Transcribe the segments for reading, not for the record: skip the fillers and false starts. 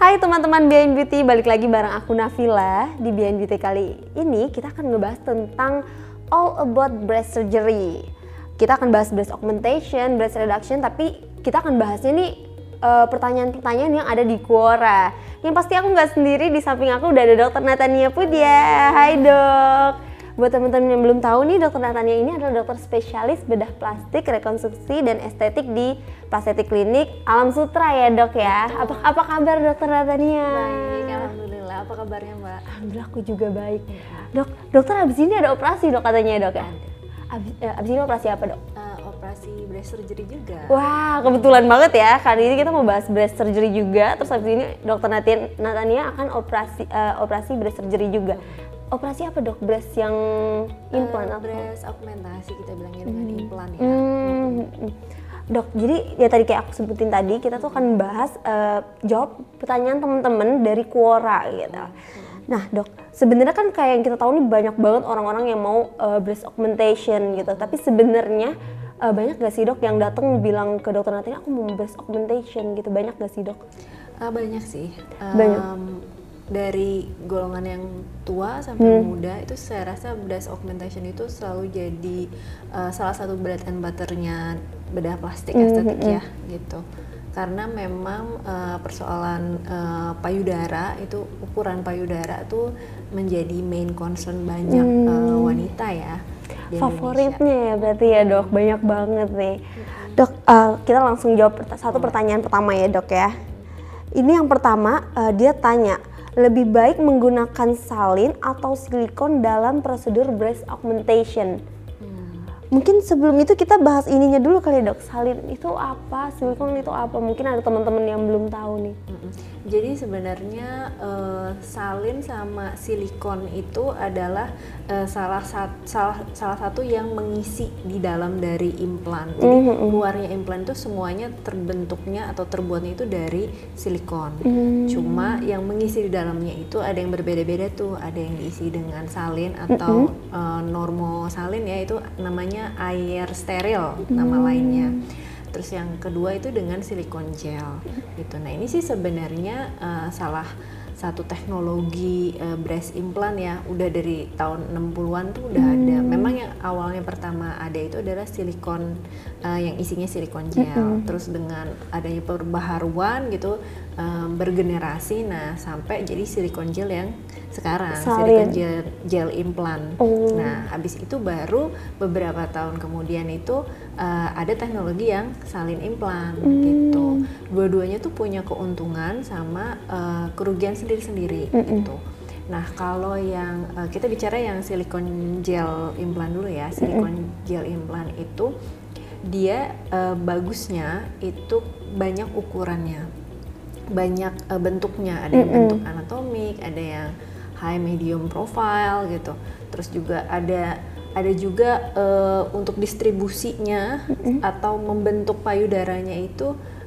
Hai teman-teman Behind Beauty, balik lagi bareng aku Nafila. Di Behind Beauty kali ini kita akan ngebahas tentang all about breast surgery. Kita akan bahas breast augmentation, breast reduction, tapi kita akan bahasnya nih pertanyaan-pertanyaan yang ada di Quora. Yang pasti aku nggak sendiri, di samping aku udah ada Dr. Natania Pudya. Hai dok. Buat teman-teman yang belum tahu nih, Dr. Natania ini adalah dokter spesialis bedah plastik, rekonstruksi, dan estetik di Plastetik Klinik Alam Sutra ya dok ya. Apa kabar Dr. Natania? Baik, alhamdulillah. Apa kabarnya Mbak? Alhamdulillah aku juga baik. Dok, dokter abis ini ada operasi dok katanya dok ya? Abis ini operasi apa dok? Operasi breast surgery juga. Wah, kebetulan banget ya. Kali ini kita mau bahas breast surgery juga. Terus abis ini Dr. Natania akan operasi breast surgery juga. Operasi apa dok? Breast yang implan atau? Breast augmentasi kita bilangnya dengan implan ya. Dok, jadi ya tadi kayak aku sebutin tadi, kita tuh akan bahas jawab pertanyaan teman-teman dari Quora gitu. Nah dok, sebenarnya kan kayak yang kita tahu nih banyak banget orang-orang yang mau breast augmentation gitu. Tapi sebenarnya banyak gak sih dok yang datang bilang ke dokter Natania aku mau breast augmentation gitu? Banyak gak sih dok? Banyak sih. Banyak. Dari golongan yang tua sampai muda itu saya rasa breast augmentation itu selalu jadi salah satu bread and butternya bedah plastik estetik ya gitu. Karena memang persoalan payudara itu, ukuran payudara itu menjadi main concern banyak wanita ya di Favoritnya ya berarti ya dok, banyak banget nih. Dok, kita langsung jawab satu pertanyaan pertama ya dok ya. Ini yang pertama, dia tanya, lebih baik menggunakan salin atau silikon dalam prosedur breast augmentation? Mungkin sebelum itu kita bahas ininya dulu kali dok, salin itu apa, silikon itu apa? Mungkin ada teman-teman yang belum tahu nih. Jadi sebenarnya salin sama silikon itu adalah salah satu yang mengisi di dalam dari implan. Jadi luarnya implan itu semuanya terbentuknya atau terbuatnya itu dari silikon. Cuma yang mengisi di dalamnya itu ada yang berbeda-beda tuh. Ada yang diisi dengan salin atau normosalin ya, itu namanya air steril nama lainnya. Terus yang kedua itu dengan silikon gel gitu. Nah ini sih sebenarnya salah satu teknologi breast implant ya, udah dari tahun 60-an tuh udah ada. Memang yang awalnya pertama ada itu adalah silikon yang isinya silikon gel. Terus dengan adanya perbaharuan gitu bergenerasi, nah sampai jadi silikon gel yang sekarang silikon gel implant. Nah habis itu baru beberapa tahun kemudian itu ada teknologi yang salin implant gitu. Dua-duanya tuh punya keuntungan sama kerugian sendiri-sendiri gitu. Nah kalau yang kita bicara yang silikon gel implant dulu ya. Silikon gel implant itu dia bagusnya itu banyak ukurannya, banyak bentuknya. Ada yang bentuk anatomik, ada yang high medium profile gitu. Terus juga ada juga untuk distribusinya atau membentuk payudaranya itu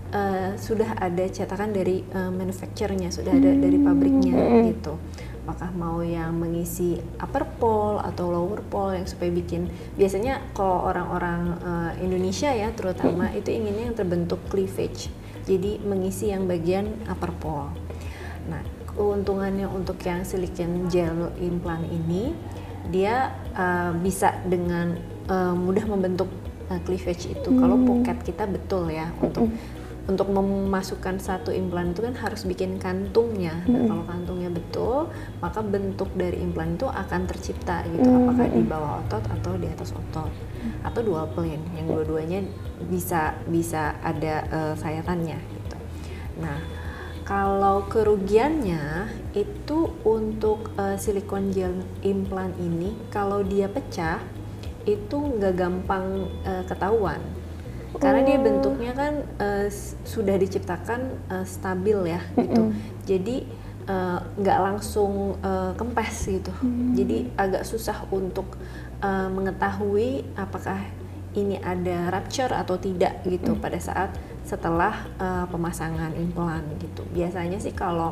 sudah ada cetakan dari manufacturernya, sudah ada dari pabriknya gitu. Apakah mau yang mengisi upper pole atau lower pole yang supaya bikin, biasanya kalau orang-orang Indonesia ya terutama itu inginnya yang terbentuk cleavage, jadi mengisi yang bagian upper pole. Nah keuntungannya untuk yang silikon gel implant ini, dia bisa dengan mudah membentuk cleavage itu. Kalau pocket kita betul ya, untuk memasukkan satu implan itu kan harus bikin kantungnya. Nah, kalau kantungnya betul, maka bentuk dari implan itu akan tercipta gitu. Apakah di bawah otot atau di atas otot, atau dual plane, yang dua-duanya bisa ada sayatannya gitu. Nah kalau kerugiannya itu untuk silikon gel implant ini, kalau dia pecah itu nggak gampang ketahuan. Karena dia bentuknya kan sudah diciptakan stabil ya gitu. Jadi nggak langsung kempes gitu. Jadi agak susah untuk mengetahui apakah ini ada rupture atau tidak gitu pada saat setelah pemasangan implan gitu. Biasanya sih kalau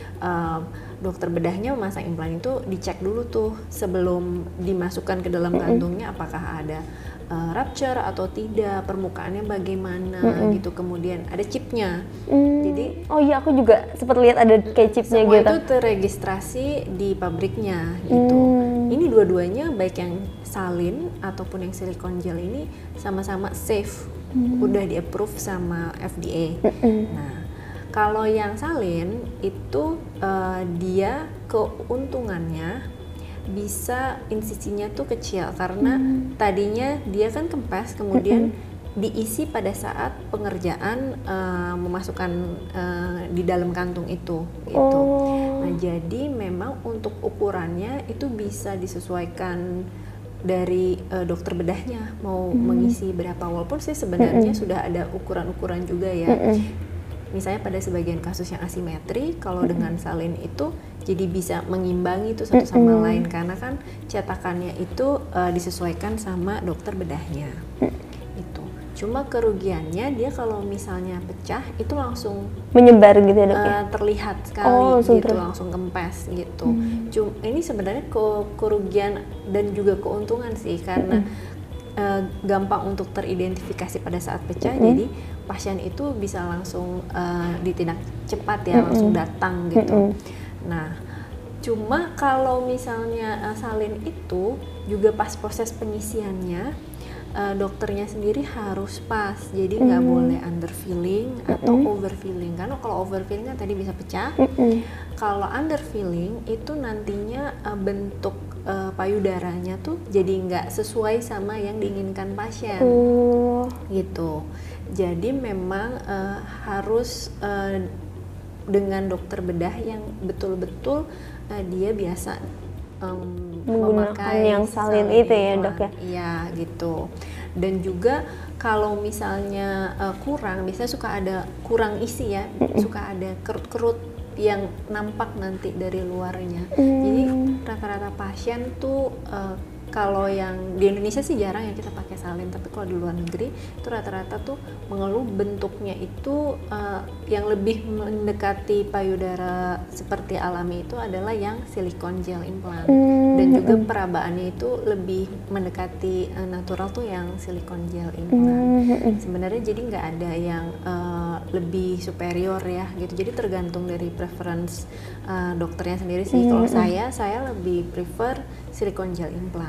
dokter bedahnya memasang implan itu dicek dulu tuh sebelum dimasukkan ke dalam kantungnya apakah ada rupture atau tidak, permukaannya bagaimana gitu, kemudian ada chipnya. Jadi oh iya, aku juga sempat lihat ada kayak chipnya semua gitu. itu terregistrasi di pabriknya gitu. Ini dua-duanya baik yang salin ataupun yang silikon gel ini sama-sama safe, udah di-approve sama FDA. Nah, kalau yang salin itu dia keuntungannya bisa insisinya tuh kecil karena tadinya dia kan kempes, kemudian diisi pada saat pengerjaan memasukkan di dalam kantung itu gitu. Nah, jadi memang untuk ukurannya itu bisa disesuaikan dari dokter bedahnya mau mengisi berapa, walaupun sih sebenarnya sudah ada ukuran-ukuran juga ya. Misalnya pada sebagian kasus yang asimetri, kalau dengan salin itu jadi bisa mengimbangi itu satu sama lain karena kan cetakannya itu disesuaikan sama dokter bedahnya. Itu. Cuma kerugiannya dia kalau misalnya pecah itu langsung Menyebar gitu ya, Dok ya? terlihat sekali langsung gitu, langsung kempes gitu. Ini sebenarnya kerugian dan juga keuntungan sih karena gampang untuk teridentifikasi pada saat pecah, jadi pasien itu bisa langsung ditindak cepat ya, langsung datang gitu. Nah, cuma kalau misalnya salin itu juga pas proses pengisiannya dokternya sendiri harus pas, jadi nggak boleh underfilling atau overfilling, karena kalau overfilling kan tadi bisa pecah. Kalau underfilling itu nantinya bentuk payudaranya tuh jadi nggak sesuai sama yang diinginkan pasien gitu. Jadi memang harus dengan dokter bedah yang betul-betul dia biasa menggunakan yang salin itu ya, Dok ya? Iya gitu. Dan juga kalau misalnya kurang, biasanya suka ada kurang isi ya, suka ada kerut-kerut yang nampak nanti dari luarnya. Jadi rata-rata pasien tuh kalau yang di Indonesia sih jarang ya kita pakai salin, tapi kalau di luar negeri itu rata-rata tuh mengeluh bentuknya itu yang lebih mendekati payudara seperti alami itu adalah yang silikon gel implant, dan juga perabaannya itu lebih mendekati natural tuh yang silikon gel implant. Sebenarnya jadi nggak ada yang lebih superior ya gitu, jadi tergantung dari preference dokternya sendiri sih. Kalau saya lebih prefer silikon gel implant.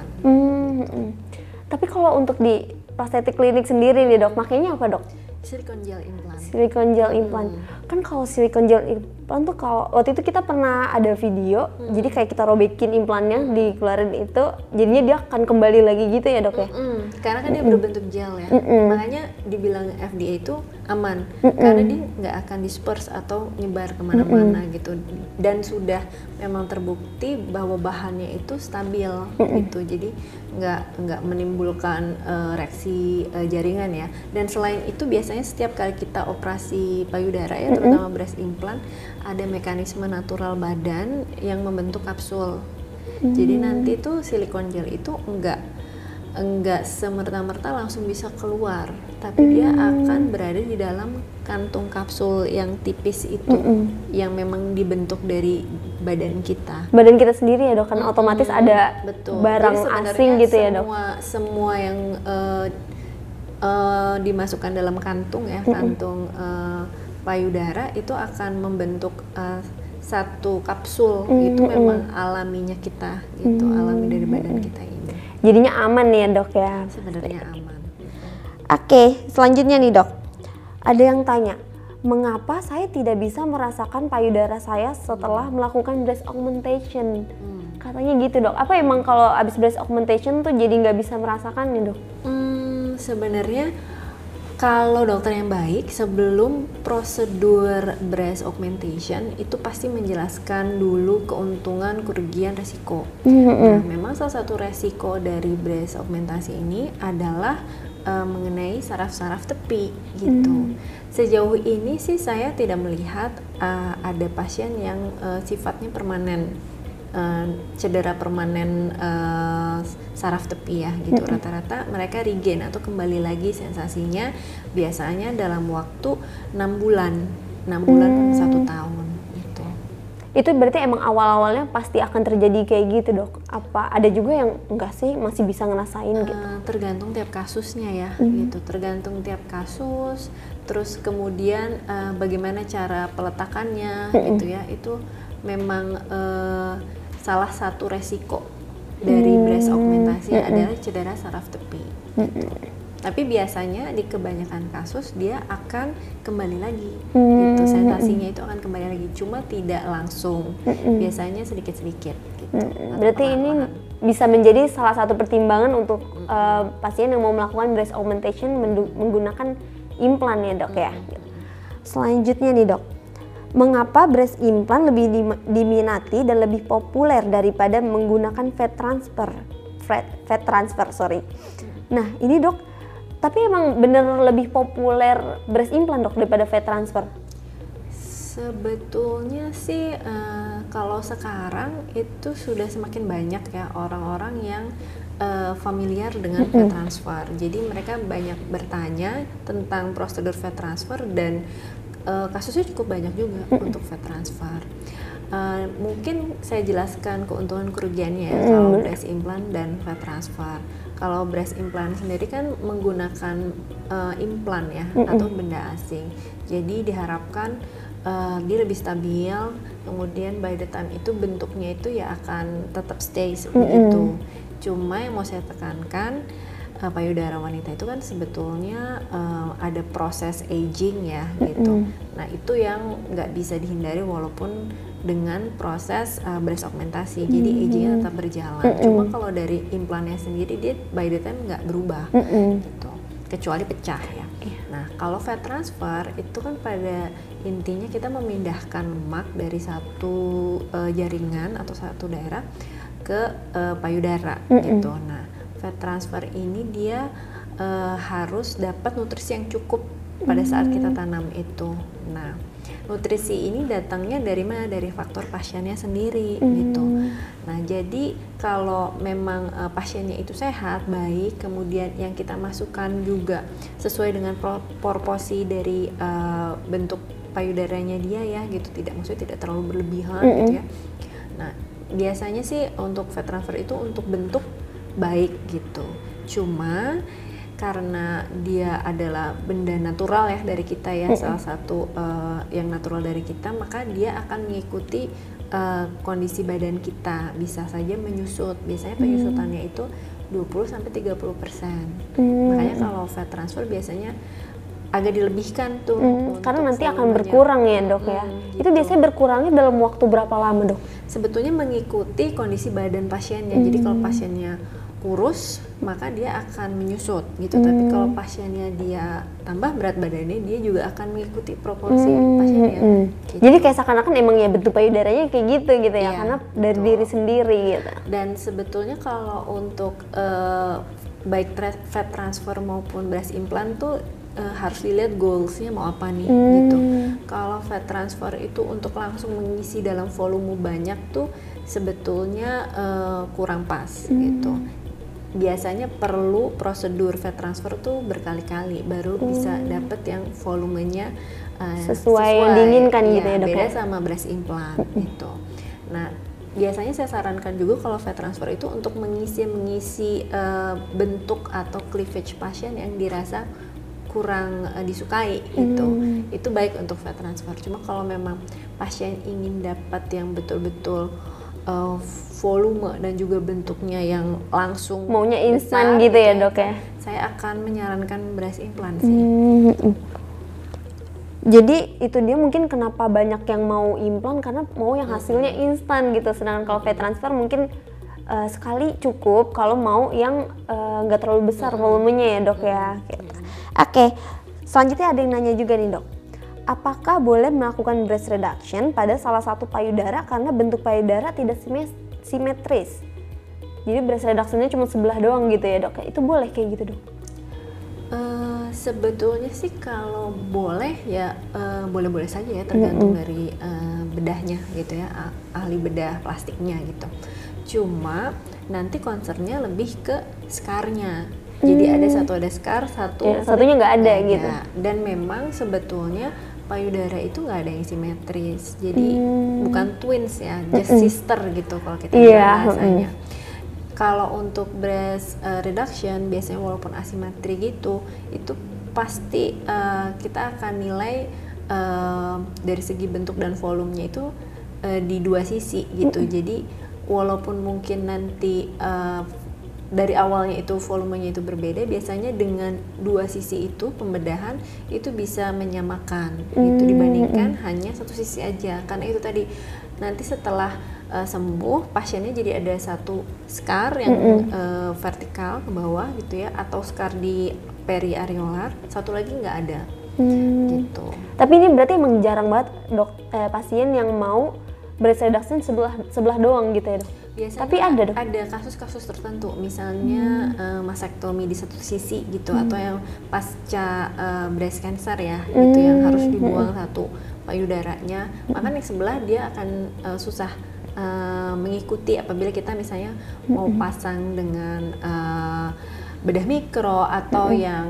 Tapi kalau untuk di prostetik klinik sendiri nih, Dok, makanya apa, Dok? Silikon gel implant. Silikon gel implant. Kan kalau silikon gel implant tuh, kalau waktu itu kita pernah ada video, jadi kayak kita robekin implannya, dikeluarin itu, jadinya dia akan kembali lagi gitu ya, Dok ya? Karena kan dia berbentuk gel ya, makanya dibilang FDA itu aman, karena dia nggak akan disperse atau nyebar kemana-mana gitu, dan sudah memang terbukti bahwa bahannya itu stabil gitu, jadi nggak menimbulkan reaksi jaringan ya. Dan selain itu biasanya setiap kali kita operasi payudara ya, terutama breast implant, ada mekanisme natural badan yang membentuk kapsul. Jadi nanti tuh silikon gel itu enggak semerta-merta langsung bisa keluar, tapi dia akan berada di dalam kantung kapsul yang tipis itu, yang memang dibentuk dari badan kita. Badan kita sendiri ya, Dok, kan otomatis ada barang asing gitu ya, Dok? Semua yang dimasukkan dalam kantung ya, kantung payudara itu akan membentuk satu kapsul, itu memang alaminya kita gitu, alami dari badan kita ini. Jadinya aman nih ya, Dok ya? Sebenarnya aman. Oke, selanjutnya nih, Dok. Ada yang tanya, mengapa saya tidak bisa merasakan payudara saya setelah melakukan breast augmentation? Katanya gitu, Dok. Apa emang kalau abis breast augmentation tuh jadi nggak bisa merasakan nih, Dok? Sebenarnya kalau dokter yang baik sebelum prosedur breast augmentation itu pasti menjelaskan dulu keuntungan, kerugian, resiko. Nah, memang salah satu resiko dari breast augmentasi ini adalah mengenai saraf-saraf tepi gitu. Sejauh ini sih saya tidak melihat ada pasien yang sifatnya permanen cedera permanen saraf tepi ya gitu. Rata-rata mereka regain atau kembali lagi sensasinya biasanya dalam waktu 6 bulan 1 tahun gitu. Itu berarti emang awal-awalnya pasti akan terjadi kayak gitu dok? Apa ada juga yang enggak sih masih bisa ngerasain gitu? Tergantung tiap kasusnya ya gitu, tergantung tiap kasus. Terus kemudian bagaimana cara peletakannya gitu ya, itu memang salah satu resiko dari breast augmentasi adalah cedera saraf tepi gitu. Tapi biasanya di kebanyakan kasus dia akan kembali lagi gitu, sensasinya itu akan kembali lagi, cuma tidak langsung, biasanya sedikit-sedikit gitu. Berarti ini bisa menjadi salah satu pertimbangan untuk pasien yang mau melakukan breast augmentation menggunakan implan ya dok ya. Selanjutnya nih dok, mengapa breast implant lebih diminati dan lebih populer daripada menggunakan fat transfer, sorry. Nah ini dok, tapi emang bener lebih populer breast implant dok daripada fat transfer? Sebetulnya sih kalau sekarang itu sudah semakin banyak ya orang-orang yang familiar dengan fat transfer. Jadi mereka banyak bertanya tentang prosedur fat transfer dan kasusnya cukup banyak juga untuk fat transfer. Mungkin saya jelaskan keuntungan kerugiannya ya kalau breast implant dan fat transfer. Kalau breast implant sendiri kan menggunakan implan ya atau benda asing. Jadi diharapkan dia lebih stabil, kemudian by the time itu bentuknya itu ya akan tetap stay seperti itu. Cuma yang mau saya tekankan, payudara wanita itu kan sebetulnya ada proses aging ya gitu. Nah itu yang nggak bisa dihindari walaupun dengan proses breast augmentasi. Jadi agingnya tetap berjalan. Cuma kalau dari implannya sendiri dia by the time nggak berubah gitu, kecuali pecah ya. Nah kalau fat transfer itu kan pada intinya kita memindahkan lemak dari satu jaringan atau satu daerah ke payudara gitu. Nah fat transfer ini dia harus dapat nutrisi yang cukup pada saat kita tanam itu. Nah nutrisi ini datangnya dari mana? Dari faktor pasiennya sendiri gitu. Nah jadi kalau memang pasiennya itu sehat, baik, kemudian yang kita masukkan juga sesuai dengan proporsi dari bentuk payudaranya dia ya gitu, maksudnya tidak terlalu berlebihan gitu ya. Nah biasanya sih untuk fat transfer itu untuk bentuk baik gitu. Cuma karena dia adalah benda natural ya dari kita ya, salah satu yang natural dari kita, maka dia akan mengikuti kondisi badan kita, bisa saja menyusut. Biasanya penyusutannya itu 20-30%. Makanya kalau fat transfer biasanya agak dilebihkan tuh. Karena nanti akan berkurang ya dok ya. Gitu. Itu biasanya berkurangnya dalam waktu berapa lama dok? Sebetulnya mengikuti kondisi badan pasiennya. Jadi kalau pasiennya kurus maka dia akan menyusut gitu. Tapi kalau pasiennya dia tambah berat badannya, dia juga akan mengikuti proporsi pasiennya. Gitu. Jadi kayak seakan-akan emang ya bentuk payudaranya kayak gitu ya, karena dari diri sendiri gitu. Dan sebetulnya kalau untuk baik fat transfer maupun breast implant tuh harus dilihat goalsnya mau apa nih gitu. Kalau fat transfer itu untuk langsung mengisi dalam volume banyak tuh sebetulnya kurang pas gitu. Biasanya perlu prosedur fat transfer tuh berkali-kali baru bisa dapet yang volumenya sesuai yang diinginkan gitu ya dok. Beda sama breast implant gitu. Nah biasanya saya sarankan juga kalau fat transfer itu untuk mengisi bentuk atau cleavage pasien yang dirasa kurang disukai gitu. Itu baik untuk fat transfer. Cuma kalau memang pasien ingin dapat yang betul-betul volume dan juga bentuknya yang langsung maunya instan gitu ya dok ya, saya akan menyarankan breast implant sih. Jadi itu dia mungkin kenapa banyak yang mau implan, karena mau yang hasilnya instan gitu. Sedangkan kalau fat transfer mungkin sekali cukup, kalau mau yang nggak terlalu besar volumenya ya dok ya. Oke, selanjutnya ada yang nanya juga nih dok, apakah boleh melakukan breast reduction pada salah satu payudara karena bentuk payudara tidak simetris? Jadi breast reductionnya cuma sebelah doang gitu ya dok, itu boleh kayak gitu dok? Sebetulnya sih kalau boleh ya boleh-boleh saja ya, tergantung dari bedahnya gitu ya, ahli bedah plastiknya gitu. Cuma nanti concernnya lebih ke scarnya. Jadi ada scar, satunya nggak ada gitu. Dan memang sebetulnya payudara itu nggak ada yang simetris, jadi bukan twins ya, just sister gitu kalau kita bilang bahasanya. Kalau untuk breast reduction biasanya walaupun asimetri gitu, itu pasti kita akan nilai dari segi bentuk dan volumenya itu di dua sisi gitu. Jadi walaupun mungkin nanti dari awalnya itu volumenya itu berbeda, biasanya dengan dua sisi itu pembedahan itu bisa menyamakan gitu dibandingkan hanya satu sisi aja. Karena itu tadi nanti setelah sembuh pasiennya jadi ada satu scar yang vertikal ke bawah gitu ya, atau scar di periareolar, satu lagi nggak ada gitu. Tapi ini berarti emang jarang banget pasien yang mau breast reduction sebelah doang gitu ya dok? Biasanya tapi ada dok? Ada kasus-kasus tertentu, misalnya mastektomi di satu sisi gitu, atau yang pasca breast cancer ya, gitu yang harus dibuang satu payudaranya, maka yang sebelah dia akan susah mengikuti apabila kita misalnya mau pasang dengan bedah mikro atau yang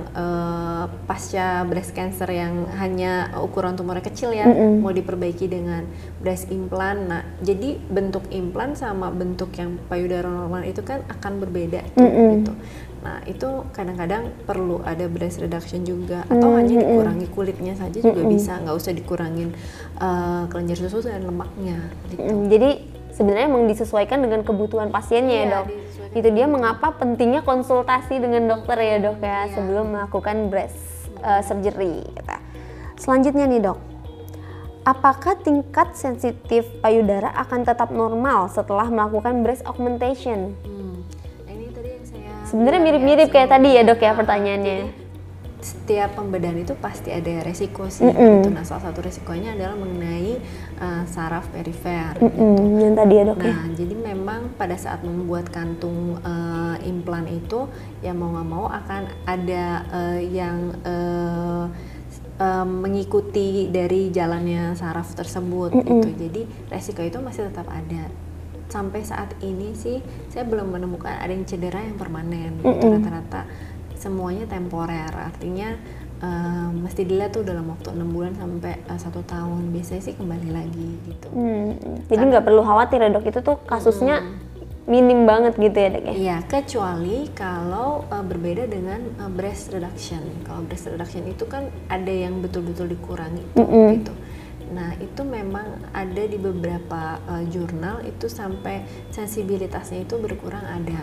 pasca breast cancer yang hanya ukuran tumornya kecil ya, mau diperbaiki dengan breast implant. Nah, jadi bentuk implant sama bentuk yang payudara normal itu kan akan berbeda gitu. Nah, itu kadang-kadang perlu ada breast reduction juga, atau hanya dikurangi kulitnya saja juga bisa, nggak usah dikurangin kelenjar susu dan lemaknya gitu. Jadi sebenarnya emang disesuaikan dengan kebutuhan pasiennya ya dok. Itu dia mengapa pentingnya konsultasi dengan dokter ya dok ya, sebelum melakukan breast surgery gitu. Selanjutnya nih dok, apakah tingkat sensitif payudara akan tetap normal setelah melakukan breast augmentation? Nah, ini tadi yang saya sebenarnya mirip-mirip kayak tadi ya dok ya pertanyaannya. Setiap pembedahan itu pasti ada resiko sih gitu. Nah, salah satu resikonya adalah mengenai saraf perifer gitu. Yang tadi ya dok. Nah, jadi memang pada saat membuat kantung implan itu ya mau nggak mau akan ada yang mengikuti dari jalannya saraf tersebut gitu. Jadi resiko itu masih tetap ada. Sampai saat ini sih saya belum menemukan ada yang cedera yang permanen gitu. Rata-rata semuanya temporer, artinya mesti dilihat tuh dalam waktu 6 bulan sampai 1 tahun, biasanya sih kembali lagi gitu. Jadi nggak perlu khawatir ya dok, itu tuh kasusnya minim banget gitu ya dok ya? Iya, kecuali kalau berbeda dengan breast reduction. Kalau breast reduction itu kan ada yang betul-betul dikurangi gitu. Nah, itu memang ada di beberapa jurnal itu sampai sensibilitasnya itu berkurang ada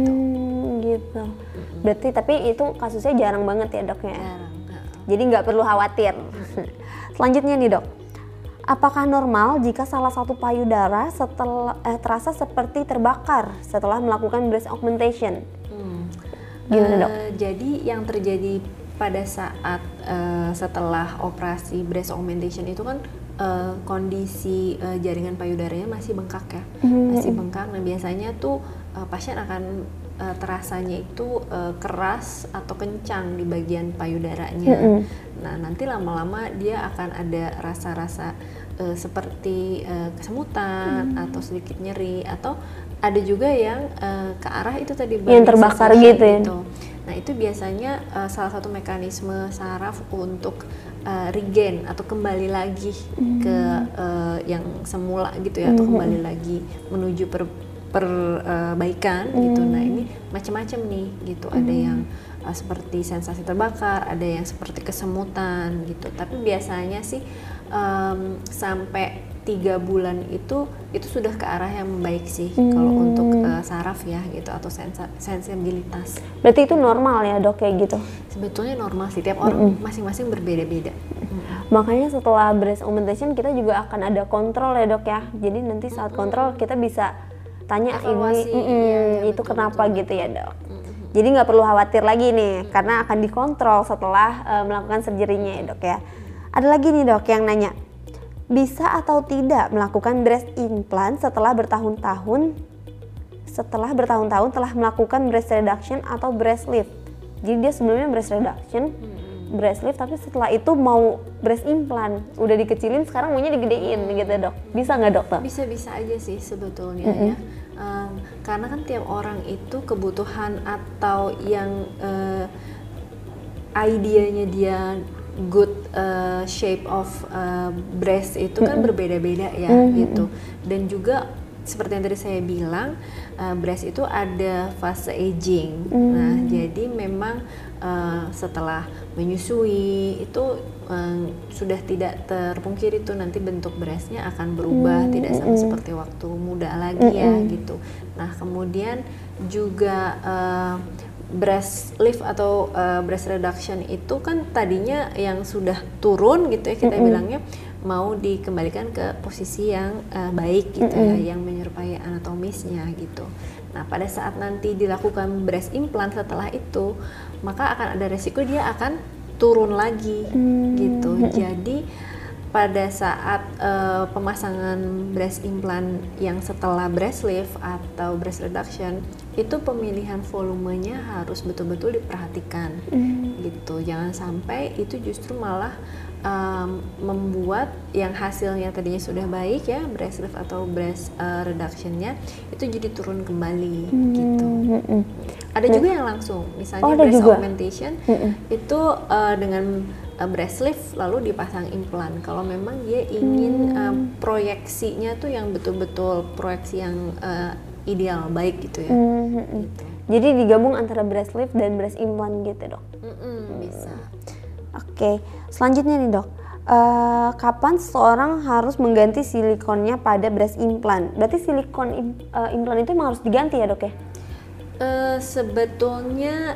gitu. Berarti tapi itu kasusnya jarang banget ya dok ya? Jarang. Jadi nggak perlu khawatir. Selanjutnya nih dok, apakah normal jika salah satu payudara terasa seperti terbakar setelah melakukan breast augmentation? Gimana dok? Jadi yang terjadi pada saat setelah operasi breast augmentation itu kan kondisi jaringan payudaranya masih bengkak ya, masih bengkak. Nah, biasanya tuh pasien akan terasanya itu keras atau kencang di bagian payudaranya. Nah, nanti lama-lama dia akan ada rasa-rasa seperti kesemutan atau sedikit nyeri, atau ada juga yang ke arah itu tadi yang terbakar gitu ya. Nah, itu biasanya salah satu mekanisme saraf untuk regain atau kembali lagi ke yang semula gitu ya, atau kembali lagi menuju perbaikan gitu. Nah, ini macam-macam nih gitu. Ada yang seperti sensasi terbakar, ada yang seperti kesemutan gitu. Tapi biasanya sih sampai 3 bulan itu sudah ke arah yang membaik sih kalau untuk saraf ya gitu, atau sensibilitas. Berarti itu normal ya dok kayak gitu? Sebetulnya normal sih, tiap orang masing-masing berbeda-beda. Makanya setelah breast augmentation kita juga akan ada kontrol ya dok ya. Jadi nanti saat kontrol kita bisa tanya evaluasi, ini itu betul, kenapa betul, gitu ya dok. Jadi nggak perlu khawatir lagi nih karena akan dikontrol setelah melakukan surgery-nya ya dok ya. Ada lagi nih dok yang nanya, bisa atau tidak melakukan breast implant setelah bertahun-tahun telah melakukan breast reduction atau breast lift? Jadi dia sebelumnya breast reduction, breast lift tapi setelah itu mau breast implant, udah dikecilin sekarang maunya digedein gitu dok, bisa nggak dokter? Bisa aja sih sebetulnya ya. Karena kan tiap orang itu kebutuhan atau yang idenya dia good shape of breast itu kan berbeda-beda ya gitu. Dan juga seperti yang tadi saya bilang, breast itu ada fase aging. Nah, jadi memang setelah menyusui itu sudah tidak terpungkiri itu nanti bentuk breastnya akan berubah, tidak sama seperti waktu muda lagi ya gitu. Nah, kemudian juga breast lift atau breast reduction itu kan tadinya yang sudah turun gitu ya, kita bilangnya mau dikembalikan ke posisi yang baik gitu ya, yang menyerupai anatomisnya gitu. Nah, pada saat nanti dilakukan breast implant setelah itu, maka akan ada resiko dia akan turun lagi gitu. Jadi pada saat pemasangan breast implant yang setelah breast lift atau breast reduction, itu pemilihan volumenya harus betul-betul diperhatikan gitu. Jangan sampai itu justru malah membuat yang hasilnya tadinya sudah baik ya, breast lift atau breast reductionnya itu jadi turun kembali gitu. Ada juga yang langsung, misalnya breast augmentation itu dengan breast lift lalu dipasang implan. Kalau memang dia ingin proyeksinya tuh yang betul-betul proyeksi yang ideal, baik gitu ya. Gitu. Jadi digabung antara breast lift dan breast implant gitu dok? Bisa. Oke, selanjutnya nih dok, kapan seseorang harus mengganti silikonnya pada breast implant? Berarti silikon implant itu emang harus diganti ya dok ya? Sebetulnya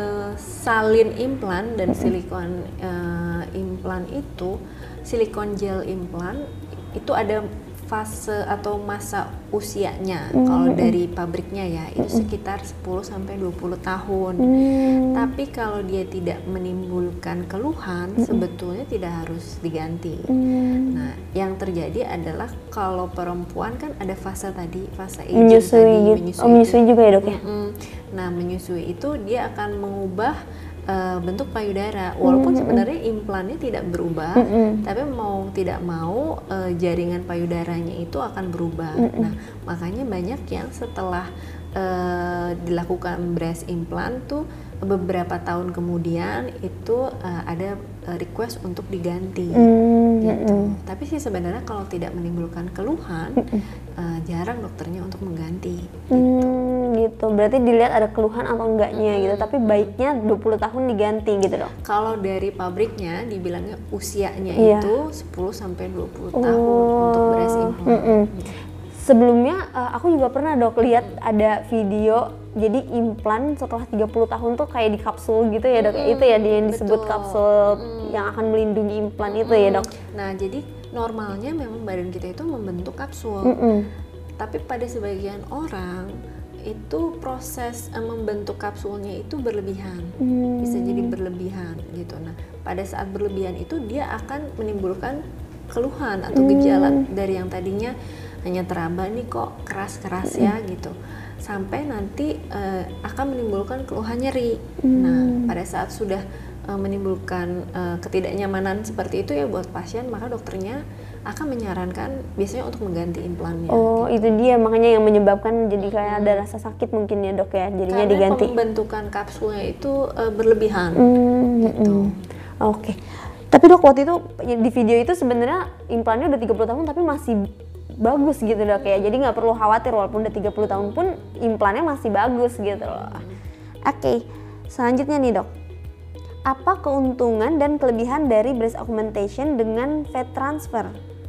salin implan dan silikon implan itu, silikon gel implan itu ada fase atau masa usianya. Kalau dari pabriknya ya itu sekitar 10-20 tahun. Tapi kalau dia tidak menimbulkan keluhan, sebetulnya tidak harus diganti. Nah, yang terjadi adalah kalau perempuan kan ada fase tadi, fase aging menyusui juga ya dok ya? Nah, menyusui itu dia akan mengubah bentuk payudara, walaupun sebenarnya implannya tidak berubah, tapi mau tidak mau jaringan payudaranya itu akan berubah. Nah, makanya banyak yang setelah dilakukan breast implant tuh beberapa tahun kemudian itu ada request untuk diganti gitu. Tapi sih sebenarnya kalau tidak menimbulkan keluhan, jarang dokternya untuk mengganti gitu. Berarti dilihat ada keluhan atau enggaknya gitu, tapi baiknya 20 tahun diganti gitu dok? Kalau dari pabriknya dibilangnya usianya itu 10-20 tahun untuk breast implant. Sebelumnya aku juga pernah dok lihat ada video, jadi implan setelah 30 tahun tuh kayak di kapsul gitu ya dok, itu ya yang disebut kapsul yang akan melindungi implan itu ya dok? Nah, jadi normalnya memang badan kita itu membentuk kapsul, tapi pada sebagian orang itu proses membentuk kapsulnya itu berlebihan, bisa jadi berlebihan gitu. Nah, pada saat berlebihan itu dia akan menimbulkan keluhan atau gejala dari yang tadinya hanya teraba nih kok keras-keras ya gitu, sampai nanti akan menimbulkan keluhan nyeri. Nah, pada saat sudah menimbulkan ketidaknyamanan seperti itu ya buat pasien, maka dokternya akan menyarankan biasanya untuk mengganti implannya. Oh gitu. Itu dia makanya yang menyebabkan jadi kayak ada rasa sakit mungkin ya dok ya, jadinya karena diganti. Karena pembentukan kapsulnya itu berlebihan gitu. Oke. Tapi dok waktu itu di video itu sebenarnya implannya udah 30 tahun tapi masih bagus gitu dok ya, jadi nggak perlu khawatir walaupun udah 30 tahun pun implannya masih bagus gitu loh. Oke, selanjutnya nih dok, apa keuntungan dan kelebihan dari breast augmentation dengan fat transfer?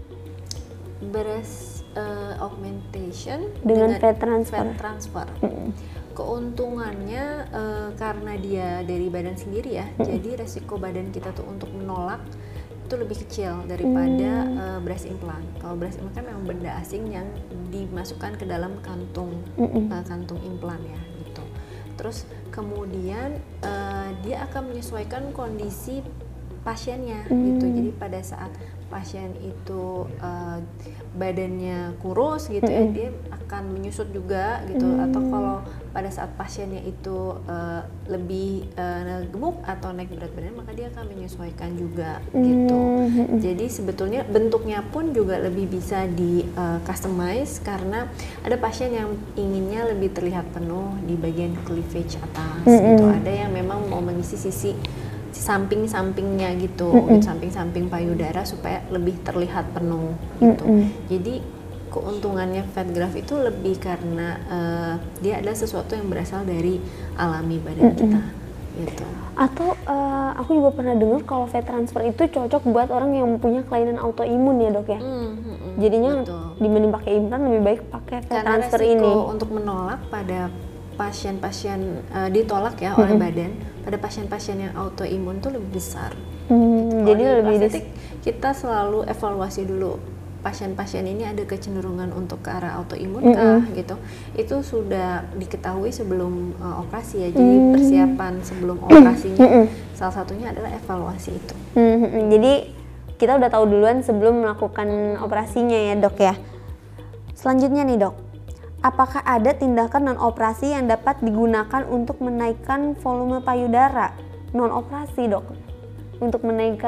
Breast augmentation dengan fat transfer. Keuntungannya karena dia dari badan sendiri ya, jadi resiko badan kita tuh untuk menolak itu lebih kecil daripada breast implant. Kalau breast implant kan memang benda asing yang dimasukkan ke dalam kantung kantung implan ya gitu. Terus kemudian dia akan menyesuaikan kondisi pasiennya gitu. Jadi pada saat pasien itu badannya kurus gitu ya, dia akan menyusut juga gitu. Atau kalau pada saat pasiennya itu lebih gemuk atau naik berat badan, maka dia akan menyesuaikan juga gitu. Jadi sebetulnya bentuknya pun juga lebih bisa di customize, karena ada pasien yang inginnya lebih terlihat penuh di bagian cleavage atas gitu. Ada yang memang mau mengisi sisi samping-sampingnya gitu, samping-samping payudara supaya lebih terlihat penuh gitu. Jadi keuntungannya fat graft itu lebih karena dia adalah sesuatu yang berasal dari alami badan kita gitu. Atau aku juga pernah dengar kalau fat transfer itu cocok buat orang yang punya kelainan autoimun ya dok ya. Jadinya dibanding pakai implan lebih baik pakai fat transfer ini. Karena resiko untuk menolak pada pasien-pasien ditolak ya oleh badan, pada pasien-pasien yang autoimun itu lebih besar. Gitu. Jadi lebih kita selalu evaluasi dulu pasien-pasien ini ada kecenderungan untuk ke arah autoimun kah gitu. Itu sudah diketahui sebelum operasi ya. Jadi persiapan sebelum operasinya salah satunya adalah evaluasi itu. Jadi kita udah tahu duluan sebelum melakukan operasinya ya dok ya. Selanjutnya nih dok, apakah ada tindakan non operasi yang dapat digunakan untuk menaikkan volume payudara? Non operasi dok, untuk menaikkan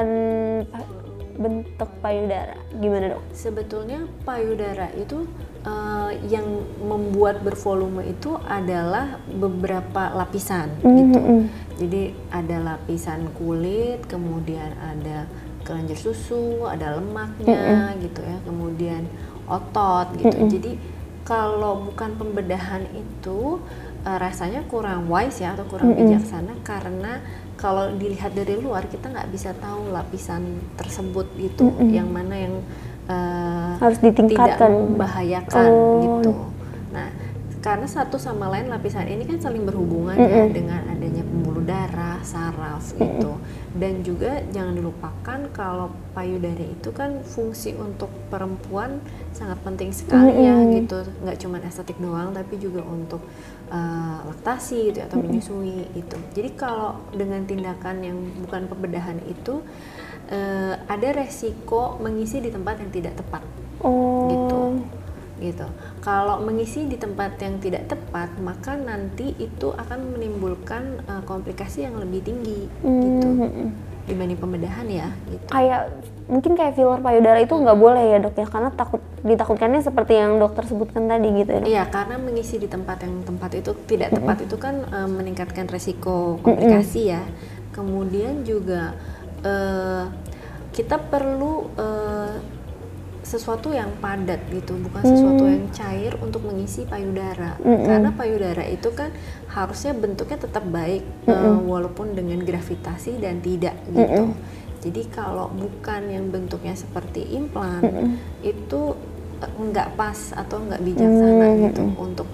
bentuk payudara, gimana dok? Sebetulnya payudara itu yang membuat bervolume itu adalah beberapa lapisan gitu. Jadi ada lapisan kulit, kemudian ada kelenjar susu, ada lemaknya gitu ya, kemudian otot gitu. Jadi kalau bukan pembedahan itu rasanya kurang wise ya, atau kurang bijaksana, karena kalau dilihat dari luar kita nggak bisa tahu lapisan tersebut gitu, yang mana yang harus ditingkatkan, tidak membahayakan gitu. Nah, karena satu sama lain lapisan ini kan saling berhubungan ya dengan adanya pembuluh darah, saraf gitu. Dan juga jangan dilupakan kalau payudara itu kan fungsi untuk perempuan sangat penting sekali ya gitu. Nggak cuma estetik doang, tapi juga untuk laktasi gitu atau menyusui itu. Jadi kalau dengan tindakan yang bukan pembedahan itu ada resiko mengisi di tempat yang tidak tepat gitu. Kalau mengisi di tempat yang tidak tepat, maka nanti itu akan menimbulkan komplikasi yang lebih tinggi gitu dibanding pembedahan ya gitu. Mungkin kayak filler payudara itu nggak boleh ya dok ya, karena ditakutkannya seperti yang dokter sebutkan tadi gitu ya dok? Iya, karena mengisi di tempat yang itu tidak tepat itu kan meningkatkan resiko komplikasi ya. Kemudian juga kita perlu sesuatu yang padat gitu, bukan sesuatu yang cair untuk mengisi payudara. Karena payudara itu kan harusnya bentuknya tetap baik walaupun dengan gravitasi dan tidak gitu. Jadi kalau bukan yang bentuknya seperti implan itu nggak pas atau nggak bijaksana gitu untuk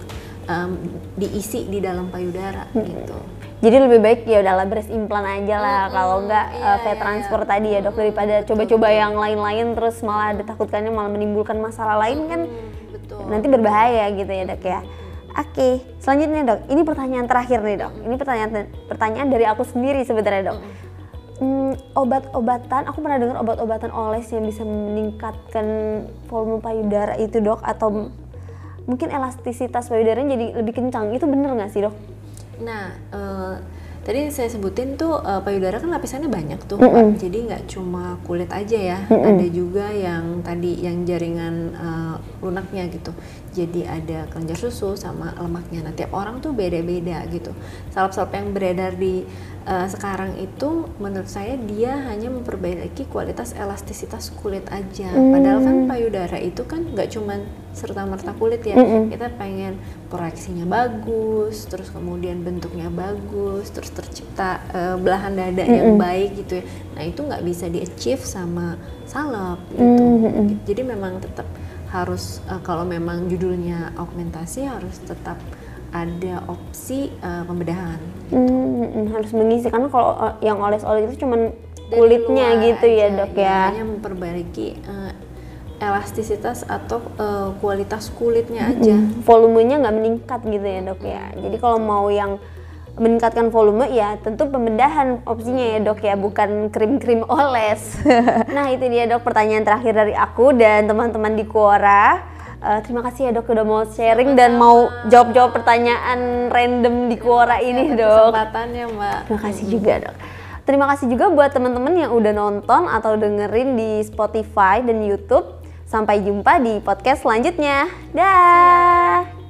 diisi di dalam payudara gitu. Jadi lebih baik ya udahlah breast implant aja lah, kalau nggak fat transfer tadi ya dok, daripada coba-coba yang lain-lain terus malah ditakutkannya malah menimbulkan masalah lain kan nanti berbahaya gitu ya dok ya. Oke, selanjutnya dok, ini pertanyaan terakhir nih dok. Ini pertanyaan dari aku sendiri sebenarnya dok. Obat-obatan, aku pernah dengar obat-obatan oles yang bisa meningkatkan volume payudara itu dok, atau mungkin elastisitas payudaranya jadi lebih kencang, itu bener nggak sih dok? Nah, tadi saya sebutin tuh payudara kan lapisannya banyak tuh, jadi nggak cuma kulit aja ya, ada juga yang tadi yang jaringan lunaknya gitu. Jadi ada kelenjar susu sama lemaknya. Nah, tiap orang tuh beda-beda gitu. Salep-salep yang beredar di sekarang itu menurut saya dia hanya memperbaiki kualitas elastisitas kulit aja. Padahal kan payudara itu kan nggak cuma serta-merta kulit ya. Kita pengen proyeksinya bagus, terus kemudian bentuknya bagus, terus tercipta belahan dada yang baik gitu ya. Nah, itu nggak bisa di-achieve sama salep gitu. Jadi memang tetap harus kalau memang judulnya augmentasi harus tetap ada opsi pembedahan gitu. Harus mengisi, karena kalau yang oles-oles itu cuman kulitnya gitu ya dok ya. Hanya memperbaiki elastisitas atau kualitas kulitnya aja. Volumenya nggak meningkat gitu ya dok ya. Jadi kalau mau yang meningkatkan volume ya tentu pembedahan opsinya ya dok ya, bukan krim-krim oles. Nah itu dia dok pertanyaan terakhir dari aku dan teman-teman di Quora. Terima kasih ya dok udah mau sharing dan mau jawab-jawab pertanyaan random di Quora ini dok. Kesempatannya Mbak. Terima kasih juga dok. Terima kasih juga buat teman-teman yang udah nonton atau dengerin di Spotify dan YouTube. Sampai jumpa di podcast selanjutnya. Dah.